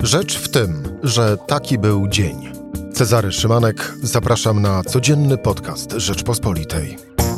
Rzecz w tym, że taki był dzień. Cezary Szymanek, zapraszam na codzienny podcast Rzeczpospolitej.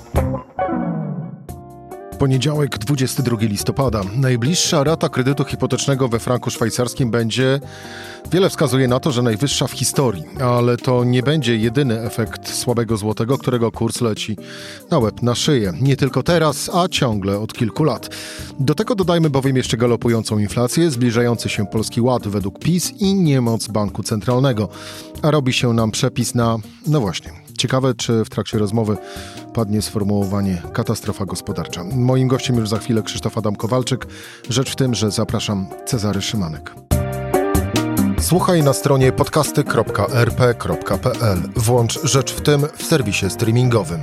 Poniedziałek, 22 listopada. Najbliższa rata kredytu hipotecznego we franku szwajcarskim będzie, wiele wskazuje na to, że najwyższa w historii, ale to nie będzie jedyny efekt słabego złotego, którego kurs leci na łeb, na szyję. Nie tylko teraz, a ciągle od kilku lat. Do tego dodajmy bowiem jeszcze galopującą inflację, zbliżający się Polski Ład według PiS i niemoc banku centralnego. A robi się nam przepis na, no właśnie, ciekawe, czy w trakcie rozmowy padnie sformułowanie katastrofa gospodarcza. Moim gościem już za chwilę Krzysztof Adam Kowalczyk. Rzecz w tym, że zapraszam, Cezary Szymanek. Słuchaj na stronie podcasty.rp.pl. Włącz Rzecz w tym w serwisie streamingowym.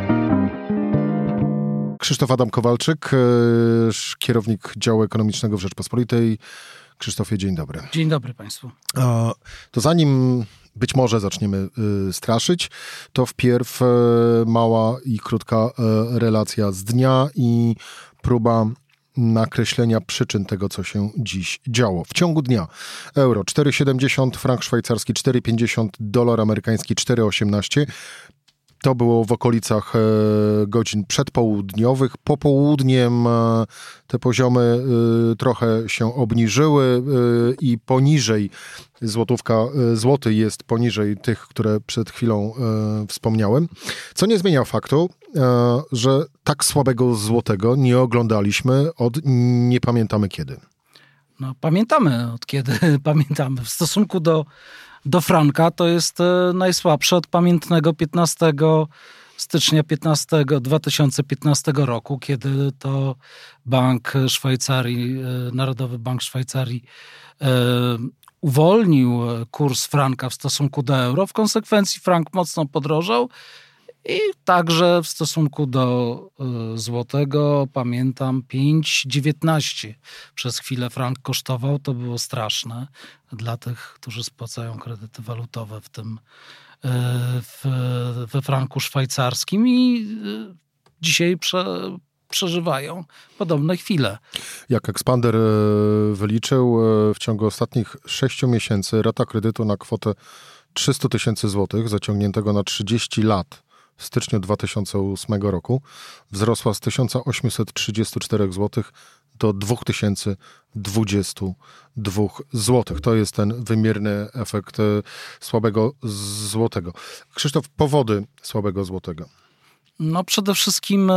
Krzysztof Adam Kowalczyk, kierownik działu ekonomicznego w Rzeczpospolitej. Krzysztofie, dzień dobry. Dzień dobry Państwu. To zanim być może zaczniemy straszyć, to wpierw mała i krótka relacja z dnia i próba nakreślenia przyczyn tego, co się dziś działo. W ciągu dnia euro 4,70, frank szwajcarski 4,50, dolar amerykański 4,18. To było w okolicach godzin przedpołudniowych. Popołudniem te poziomy trochę się obniżyły i poniżej złoty jest poniżej tych, które przed chwilą wspomniałem. Co nie zmienia faktu, że tak słabego złotego nie oglądaliśmy od nie pamiętamy kiedy. No, pamiętamy od kiedy pamiętamy. W stosunku do franka to jest najsłabsze od pamiętnego 15 stycznia 2015 roku, kiedy to Bank Szwajcarii, Narodowy Bank Szwajcarii uwolnił kurs franka w stosunku do euro. W konsekwencji frank mocno podrożał i także w stosunku do złotego, pamiętam, 5,19 przez chwilę frank kosztował. To było straszne dla tych, którzy spłacają kredyty walutowe w tym we franku szwajcarskim i dzisiaj przeżywają podobne chwile. Jak Expander wyliczył, w ciągu ostatnich 6 miesięcy rata kredytu na kwotę 300 000 złotych zaciągniętego na 30 lat w styczniu 2008 roku wzrosła z 1834 zł do 2022 zł. To jest ten wymierny efekt słabego złotego. Krzysztof, powody słabego złotego? No przede wszystkim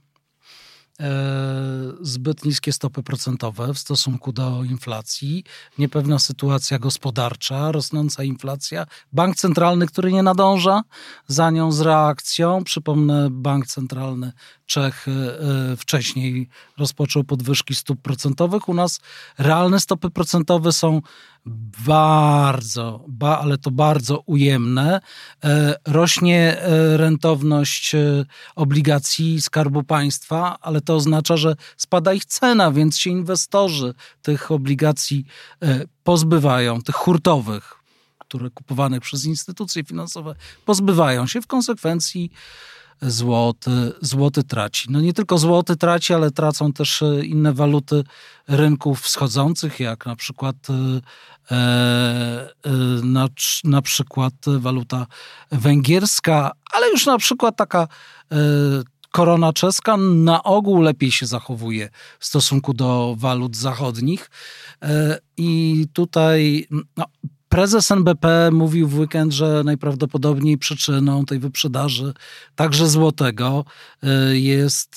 zbyt niskie stopy procentowe w stosunku do inflacji, niepewna sytuacja gospodarcza, rosnąca inflacja, bank centralny, który nie nadąża za nią z reakcją. Przypomnę, bank centralny Czech wcześniej rozpoczął podwyżki stóp procentowych. U nas realne stopy procentowe są ale to bardzo ujemne. Rośnie rentowność obligacji Skarbu Państwa, ale to oznacza, że spada ich cena, więc się inwestorzy tych obligacji pozbywają, tych hurtowych, które kupowane przez instytucje finansowe, pozbywają się. W konsekwencji złoty traci. No nie tylko złoty traci, ale tracą też inne waluty rynków wschodzących, jak na przykład waluta węgierska, ale już na przykład taka korona czeska na ogół lepiej się zachowuje w stosunku do walut zachodnich. I tutaj prezes NBP mówił w weekend, że najprawdopodobniej przyczyną tej wyprzedaży także złotego jest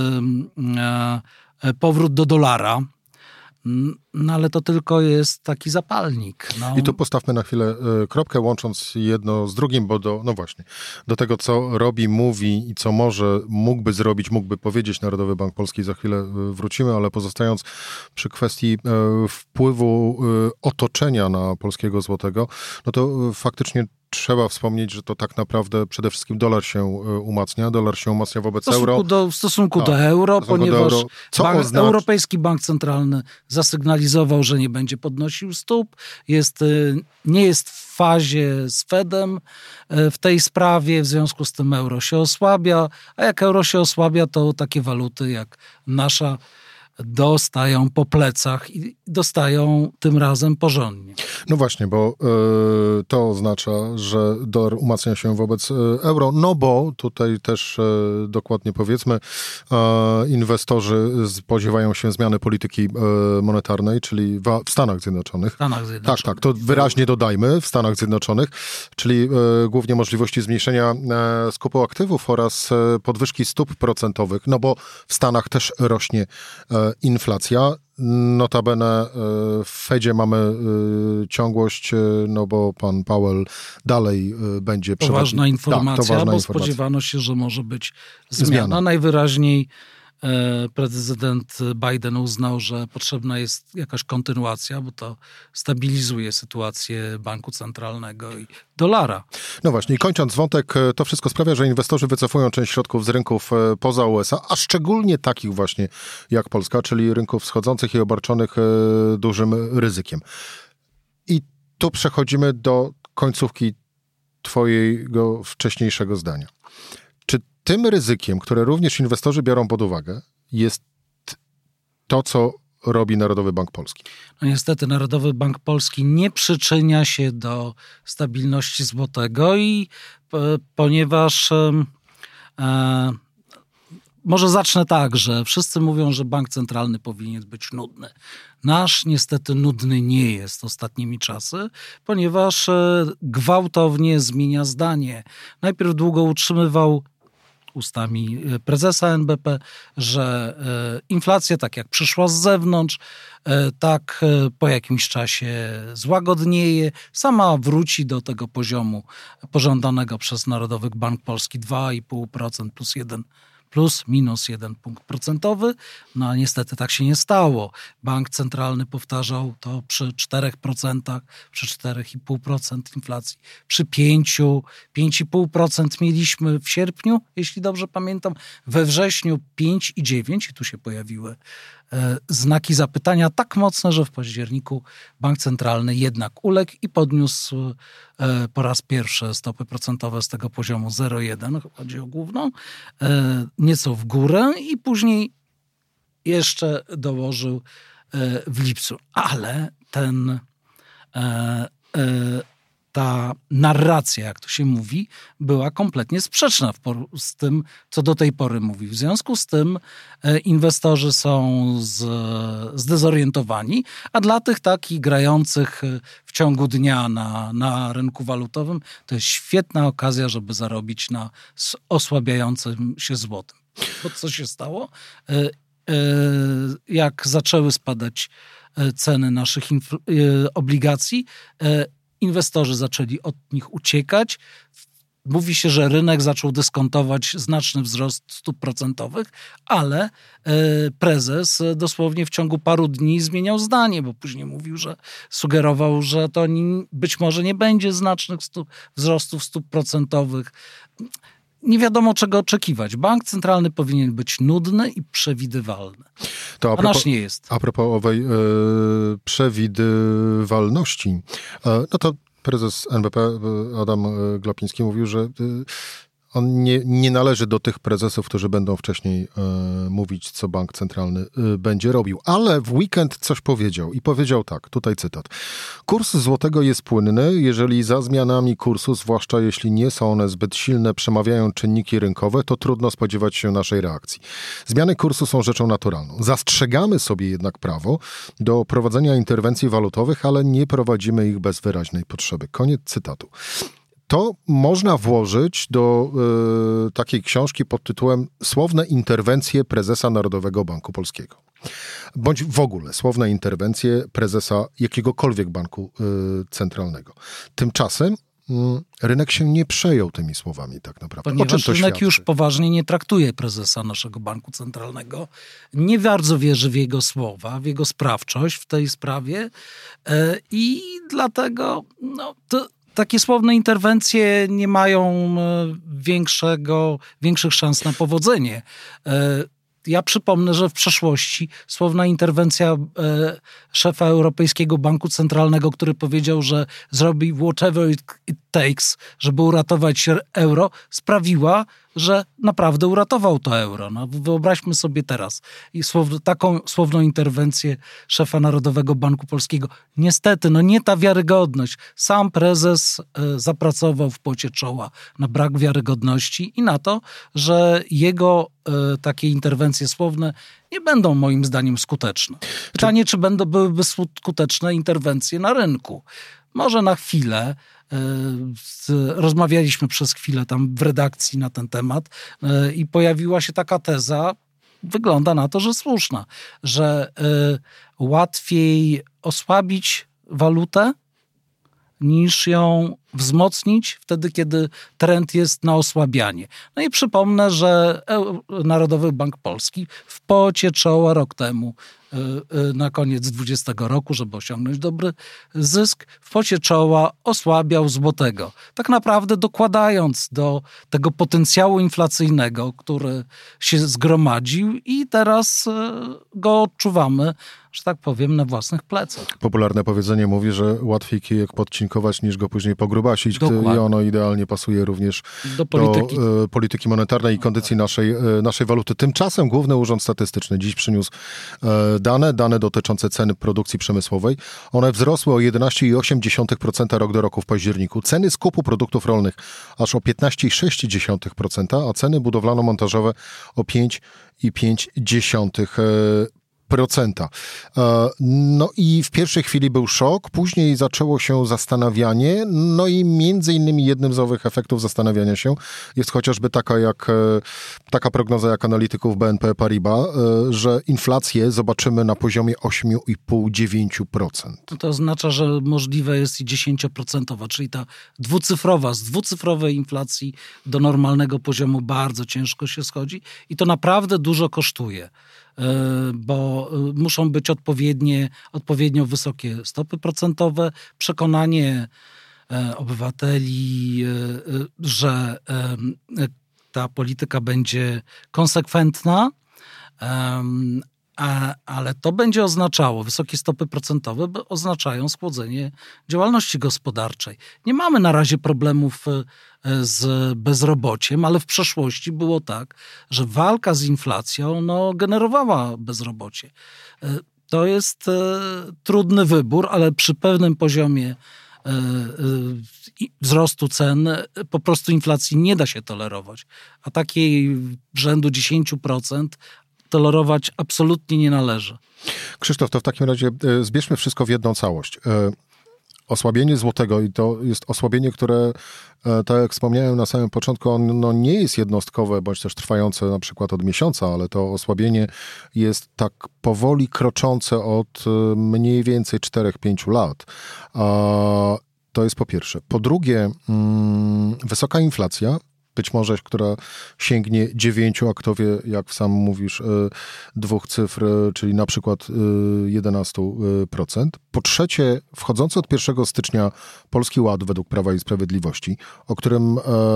powrót do dolara. No ale to tylko jest taki zapalnik. No. I tu postawmy na chwilę kropkę, łącząc jedno z drugim, bo do tego, co robi, mówi i co mógłby zrobić, mógłby powiedzieć Narodowy Bank Polski, za chwilę wrócimy, ale pozostając przy kwestii wpływu otoczenia na polskiego złotego, no to faktycznie trzeba wspomnieć, że to tak naprawdę przede wszystkim dolar się umacnia. Dolar się umacnia wobec euro. W stosunku do euro, ponieważ Europejski Bank Centralny zasygnalizował, że nie będzie podnosił stóp. Nie jest w fazie z Fedem w tej sprawie, w związku z tym euro się osłabia. A jak euro się osłabia, to takie waluty jak nasza dostają po plecach i dostają tym razem porządnie. No właśnie, bo to oznacza, że dolar umacnia się wobec euro, no bo tutaj też dokładnie powiedzmy, inwestorzy spodziewają się zmiany polityki monetarnej, czyli w Stanach Zjednoczonych. Tak, to wyraźnie dodajmy, w Stanach Zjednoczonych, czyli głównie możliwości zmniejszenia skupu aktywów oraz podwyżki stóp procentowych, no bo w Stanach też rośnie inflacja. Notabene w Fedzie mamy ciągłość, no bo pan Powell dalej będzie Ważna informacja, bo spodziewano się, że może być zmiana. Najwyraźniej prezydent Biden uznał, że potrzebna jest jakaś kontynuacja, bo to stabilizuje sytuację banku centralnego i dolara. No właśnie, i kończąc wątek, to wszystko sprawia, że inwestorzy wycofują część środków z rynków poza USA, a szczególnie takich właśnie jak Polska, czyli rynków wschodzących i obarczonych dużym ryzykiem. I tu przechodzimy do końcówki twojego wcześniejszego zdania. Czy tym ryzykiem, które również inwestorzy biorą pod uwagę, jest to, co robi Narodowy Bank Polski? No niestety Narodowy Bank Polski nie przyczynia się do stabilności złotego i ponieważ może zacznę tak, że wszyscy mówią, że bank centralny powinien być nudny. Nasz niestety nudny nie jest ostatnimi czasy, ponieważ gwałtownie zmienia zdanie. Najpierw długo utrzymywał ustami prezesa NBP, że inflacja, tak jak przyszła z zewnątrz, tak po jakimś czasie złagodnieje, sama wróci do tego poziomu pożądanego przez Narodowy Bank Polski 2,5% plus minus 1 punkt procentowy. No a niestety tak się nie stało. Bank centralny powtarzał to przy 4%, przy 4,5% inflacji, przy 5,5% mieliśmy w sierpniu, jeśli dobrze pamiętam, we wrześniu 5,9% i tu się pojawiły znaki zapytania tak mocne, że w październiku bank centralny jednak uległ i podniósł po raz pierwszy stopy procentowe z tego poziomu 0,1, chodzi o główną, nieco w górę i później jeszcze dołożył w lipcu. Ale ta narracja, jak to się mówi, była kompletnie sprzeczna z tym, co do tej pory mówi. W związku z tym inwestorzy są zdezorientowani, a dla tych takich grających w ciągu dnia na rynku walutowym to jest świetna okazja, żeby zarobić na osłabiającym się złotym. Bo co się stało? Jak zaczęły spadać ceny naszych obligacji, inwestorzy zaczęli od nich uciekać. Mówi się, że rynek zaczął dyskontować znaczny wzrost stóp procentowych, ale prezes dosłownie w ciągu paru dni zmieniał zdanie, bo później mówił, że sugerował, że to być może nie będzie znacznych wzrostów stóp procentowych. Nie wiadomo, czego oczekiwać. Bank centralny powinien być nudny i przewidywalny. A nasz nie jest. A propos owej przewidywalności, no to prezes NBP Adam Glapiński mówił, że on nie należy do tych prezesów, którzy będą wcześniej mówić, co bank centralny będzie robił. Ale w weekend coś powiedział i powiedział tak, tutaj cytat. Kurs złotego jest płynny, jeżeli za zmianami kursu, zwłaszcza jeśli nie są one zbyt silne, przemawiają czynniki rynkowe, to trudno spodziewać się naszej reakcji. Zmiany kursu są rzeczą naturalną. Zastrzegamy sobie jednak prawo do prowadzenia interwencji walutowych, ale nie prowadzimy ich bez wyraźnej potrzeby. Koniec cytatu. To można włożyć do takiej książki pod tytułem Słowne interwencje prezesa Narodowego Banku Polskiego. Bądź w ogóle słowne interwencje prezesa jakiegokolwiek banku centralnego. Tymczasem rynek się nie przejął tymi słowami tak naprawdę. Ponieważ rynek już poważnie nie traktuje prezesa naszego banku centralnego. Nie bardzo wierzy w jego słowa, w jego sprawczość w tej sprawie i dlatego takie słowne interwencje nie mają większych szans na powodzenie. Ja przypomnę, że w przeszłości słowna interwencja szefa Europejskiego Banku Centralnego, który powiedział, że zrobi whatever it takes, żeby uratować euro, sprawiła, że naprawdę uratował to euro. No, wyobraźmy sobie teraz taką słowną interwencję szefa Narodowego Banku Polskiego. Niestety, nie ta wiarygodność. Sam prezes zapracował w pocie czoła na brak wiarygodności i na to, że jego takie interwencje słowne nie będą moim zdaniem skuteczne. Pytanie, czy byłyby skuteczne interwencje na rynku. Może na chwilę. Rozmawialiśmy przez chwilę tam w redakcji na ten temat i pojawiła się taka teza, wygląda na to, że słuszna, że łatwiej osłabić walutę niż ją wzmocnić wtedy, kiedy trend jest na osłabianie. No i przypomnę, że Narodowy Bank Polski w pocie czoła rok temu, na koniec 2020 roku, żeby osiągnąć dobry zysk, w pocie czoła osłabiał złotego. Tak naprawdę dokładając do tego potencjału inflacyjnego, który się zgromadził i teraz go odczuwamy, że tak powiem, na własnych plecach. Popularne powiedzenie mówi, że łatwiej kijek podcinkować niż go później pogrubasić. Dokładnie. I ono idealnie pasuje również do polityki monetarnej i kondycji naszej waluty. Tymczasem Główny Urząd Statystyczny dziś przyniósł dane dotyczące ceny produkcji przemysłowej. One wzrosły o 11,8% rok do roku w październiku. Ceny skupu produktów rolnych aż o 15,6%, a ceny budowlano-montażowe o 5,5%. No i w pierwszej chwili był szok, później zaczęło się zastanawianie, no i między innymi jednym z owych efektów zastanawiania się jest chociażby taka prognoza jak analityków BNP Paribas, że inflację zobaczymy na poziomie 8,5-9%. To oznacza, że możliwe jest i 10%, czyli ta z dwucyfrowej inflacji do normalnego poziomu bardzo ciężko się schodzi i to naprawdę dużo kosztuje. Bo muszą być odpowiednio wysokie stopy procentowe, przekonanie obywateli, że ta polityka będzie konsekwentna, ale to będzie oznaczało, wysokie stopy procentowe oznaczają schłodzenie działalności gospodarczej. Nie mamy na razie problemów z bezrobociem, ale w przeszłości było tak, że walka z inflacją generowała bezrobocie. To jest trudny wybór, ale przy pewnym poziomie wzrostu cen po prostu inflacji nie da się tolerować. A takiej rzędu 10% tolerować absolutnie nie należy. Krzysztof, to w takim razie zbierzmy wszystko w jedną całość. Osłabienie złotego i to jest osłabienie, które, tak jak wspomniałem na samym początku, ono nie jest jednostkowe, bądź też trwające na przykład od miesiąca, ale to osłabienie jest tak powoli kroczące od mniej więcej 4-5 lat. To jest po pierwsze. Po drugie, wysoka inflacja, być może, która sięgnie 9, a kto wie, jak sam mówisz, 2 cyfr, czyli na przykład 11%. Po trzecie, wchodzący od 1 stycznia Polski Ład według Prawa i Sprawiedliwości, o którym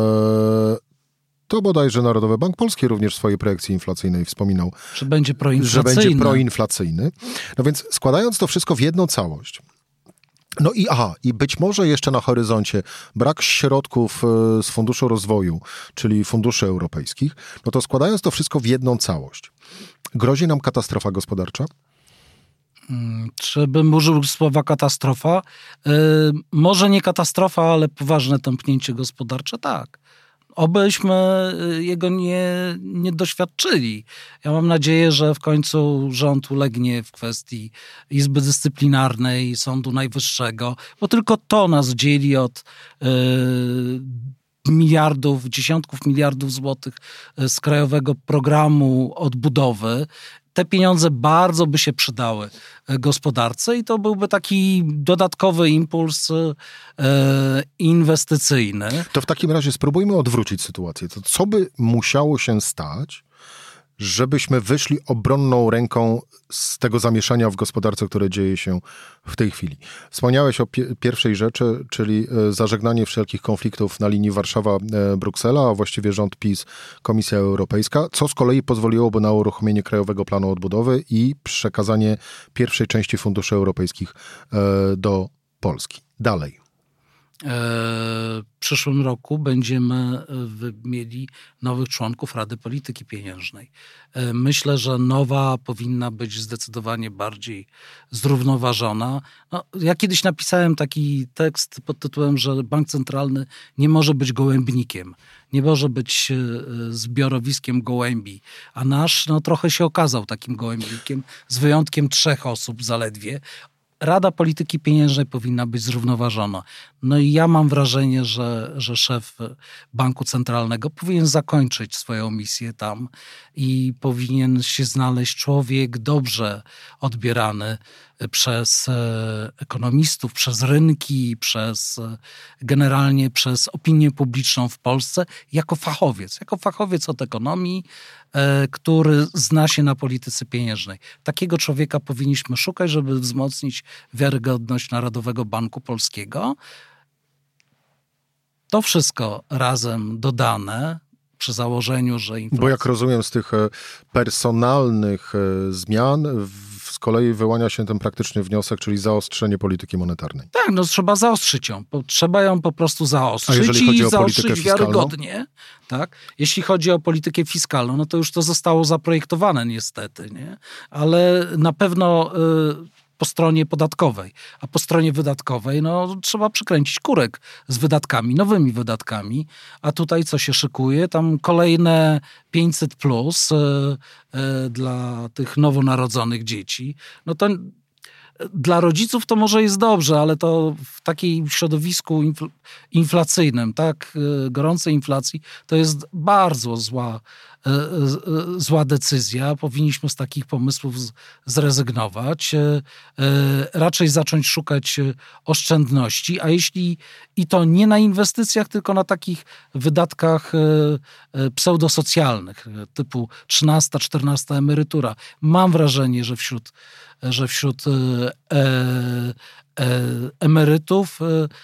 to bodajże Narodowy Bank Polski również w swojej projekcji inflacyjnej wspominał, że będzie proinflacyjny. No więc składając to wszystko w jedną całość, no i być może jeszcze na horyzoncie brak środków z Funduszu Rozwoju, czyli funduszy europejskich, no to składając to wszystko w jedną całość, grozi nam katastrofa gospodarcza? Czy bym użył słowa katastrofa? Może nie katastrofa, ale poważne tąpnięcie gospodarcze, tak. Obyśmy jego nie doświadczyli. Ja mam nadzieję, że w końcu rząd ulegnie w kwestii Izby Dyscyplinarnej, Sądu Najwyższego, bo tylko to nas dzieli od dziesiątków miliardów złotych z Krajowego Programu Odbudowy. Te pieniądze bardzo by się przydały gospodarce i to byłby taki dodatkowy impuls inwestycyjny. To w takim razie spróbujmy odwrócić sytuację. To co by musiało się stać, żebyśmy wyszli obronną ręką z tego zamieszania w gospodarce, które dzieje się w tej chwili? Wspomniałeś o pierwszej rzeczy, czyli zażegnanie wszelkich konfliktów na linii Warszawa-Bruksela, a właściwie rząd PiS, Komisja Europejska, co z kolei pozwoliłoby na uruchomienie Krajowego Planu Odbudowy i przekazanie pierwszej części funduszy europejskich do Polski. Dalej. w przyszłym roku będziemy mieli nowych członków Rady Polityki Pieniężnej. Myślę, że nowa powinna być zdecydowanie bardziej zrównoważona. No, ja kiedyś napisałem taki tekst pod tytułem, że bank centralny nie może być gołębnikiem, nie może być zbiorowiskiem gołębi, a nasz trochę się okazał takim gołębnikiem, z wyjątkiem 3 osób zaledwie. Rada Polityki Pieniężnej powinna być zrównoważona. No i ja mam wrażenie, że szef Banku Centralnego powinien zakończyć swoją misję tam i powinien się znaleźć człowiek dobrze odbierany przez ekonomistów, przez rynki, generalnie przez opinię publiczną w Polsce jako fachowiec od ekonomii, który zna się na polityce pieniężnej. Takiego człowieka powinniśmy szukać, żeby wzmocnić wiarygodność Narodowego Banku Polskiego. To wszystko razem dodane przy założeniu, że inflacja... Bo jak rozumiem z tych personalnych zmian z kolei wyłania się ten praktyczny wniosek, czyli zaostrzenie polityki monetarnej. Tak, trzeba zaostrzyć ją. Trzeba ją po prostu zaostrzyć. A jeżeli chodzi o zaostrzyć politykę fiskalną? Wiarygodnie. Tak? Jeśli chodzi o politykę fiskalną, no to już to zostało zaprojektowane niestety, nie? Ale na pewno po stronie podatkowej. A po stronie wydatkowej trzeba przykręcić kurek z wydatkami, nowymi wydatkami. A tutaj co się szykuje? Tam kolejne 500+ dla tych nowonarodzonych dzieci. No to dla rodziców to może jest dobrze, ale to w takim środowisku inflacyjnym, tak gorącej inflacji, to jest bardzo zła decyzja. Powinniśmy z takich pomysłów zrezygnować. Raczej zacząć szukać oszczędności, a jeśli i to nie na inwestycjach, tylko na takich wydatkach pseudosocjalnych, typu 13, 14 emerytura. Mam wrażenie, że wśród emerytów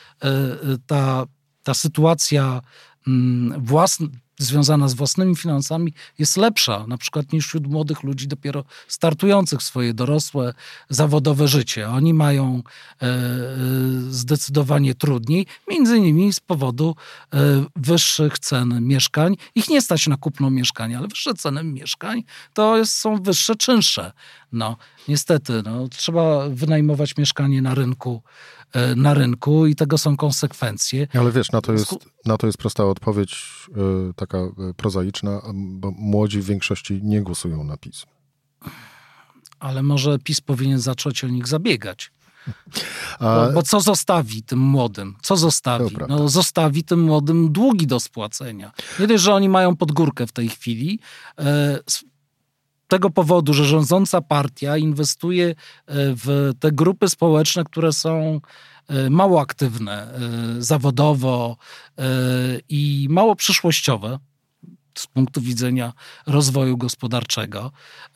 ta sytuacja związana z własnymi finansami jest lepsza, na przykład niż wśród młodych ludzi dopiero startujących swoje dorosłe, zawodowe życie. Oni mają zdecydowanie trudniej, między innymi z powodu wyższych cen mieszkań. Ich nie stać na kupno mieszkania, ale wyższe ceny mieszkań to są wyższe czynsze. No, niestety, trzeba wynajmować mieszkanie na rynku i tego są konsekwencje. Ale wiesz, na to jest prosta odpowiedź, taka prozaiczna, bo młodzi w większości nie głosują na PiS. Ale może PiS powinien zacząć o nich zabiegać. Bo co zostawi tym młodym? Co zostawi? Zostawi tym młodym długi do spłacenia. Nie dość, że oni mają pod górkę w tej chwili, z tego powodu, że rządząca partia inwestuje w te grupy społeczne, które są mało aktywne zawodowo i mało przyszłościowe z punktu widzenia rozwoju gospodarczego,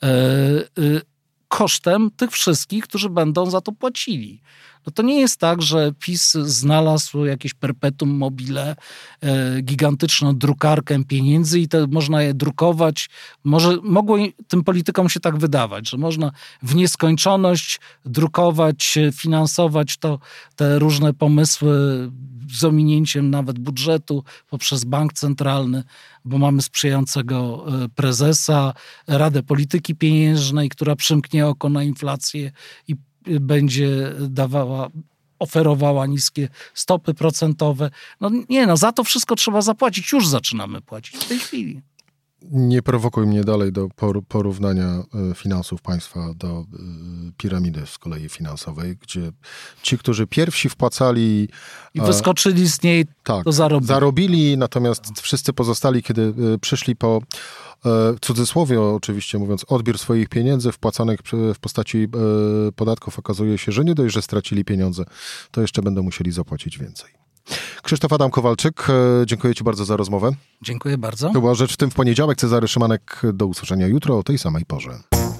kosztem tych wszystkich, którzy będą za to płacili. No to nie jest tak, że PiS znalazł jakieś perpetuum mobile, gigantyczną drukarkę pieniędzy i to można je drukować. Mogło tym politykom się tak wydawać, że można w nieskończoność drukować, finansować te różne pomysły z ominięciem nawet budżetu poprzez bank centralny, bo mamy sprzyjającego prezesa, Radę Polityki Pieniężnej, która przymknie oko na inflację i będzie oferowała niskie stopy procentowe. Za to wszystko trzeba zapłacić. Już zaczynamy płacić w tej chwili. Nie prowokuj mnie dalej do porównania finansów państwa do piramidy z kolei finansowej, gdzie ci, którzy pierwsi wpłacali... I wyskoczyli z niej, to zarobili, natomiast wszyscy pozostali, kiedy przyszli po, w cudzysłowie oczywiście mówiąc, odbiór swoich pieniędzy wpłacanych w postaci podatków, okazuje się, że nie dość, że stracili pieniądze, to jeszcze będą musieli zapłacić więcej. Krzysztof Adam Kowalczyk, dziękuję ci bardzo za rozmowę. Dziękuję bardzo. To była Rzecz w tym w poniedziałek. Cezary Szymanek, do usłyszenia jutro o tej samej porze.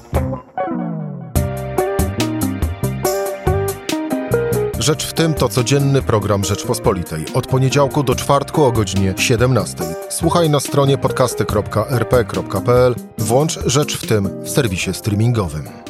Rzecz w tym to codzienny program Rzeczpospolitej. Od poniedziałku do czwartku o godzinie 17. Słuchaj na stronie podcasty.rp.pl. Włącz Rzecz w tym w serwisie streamingowym.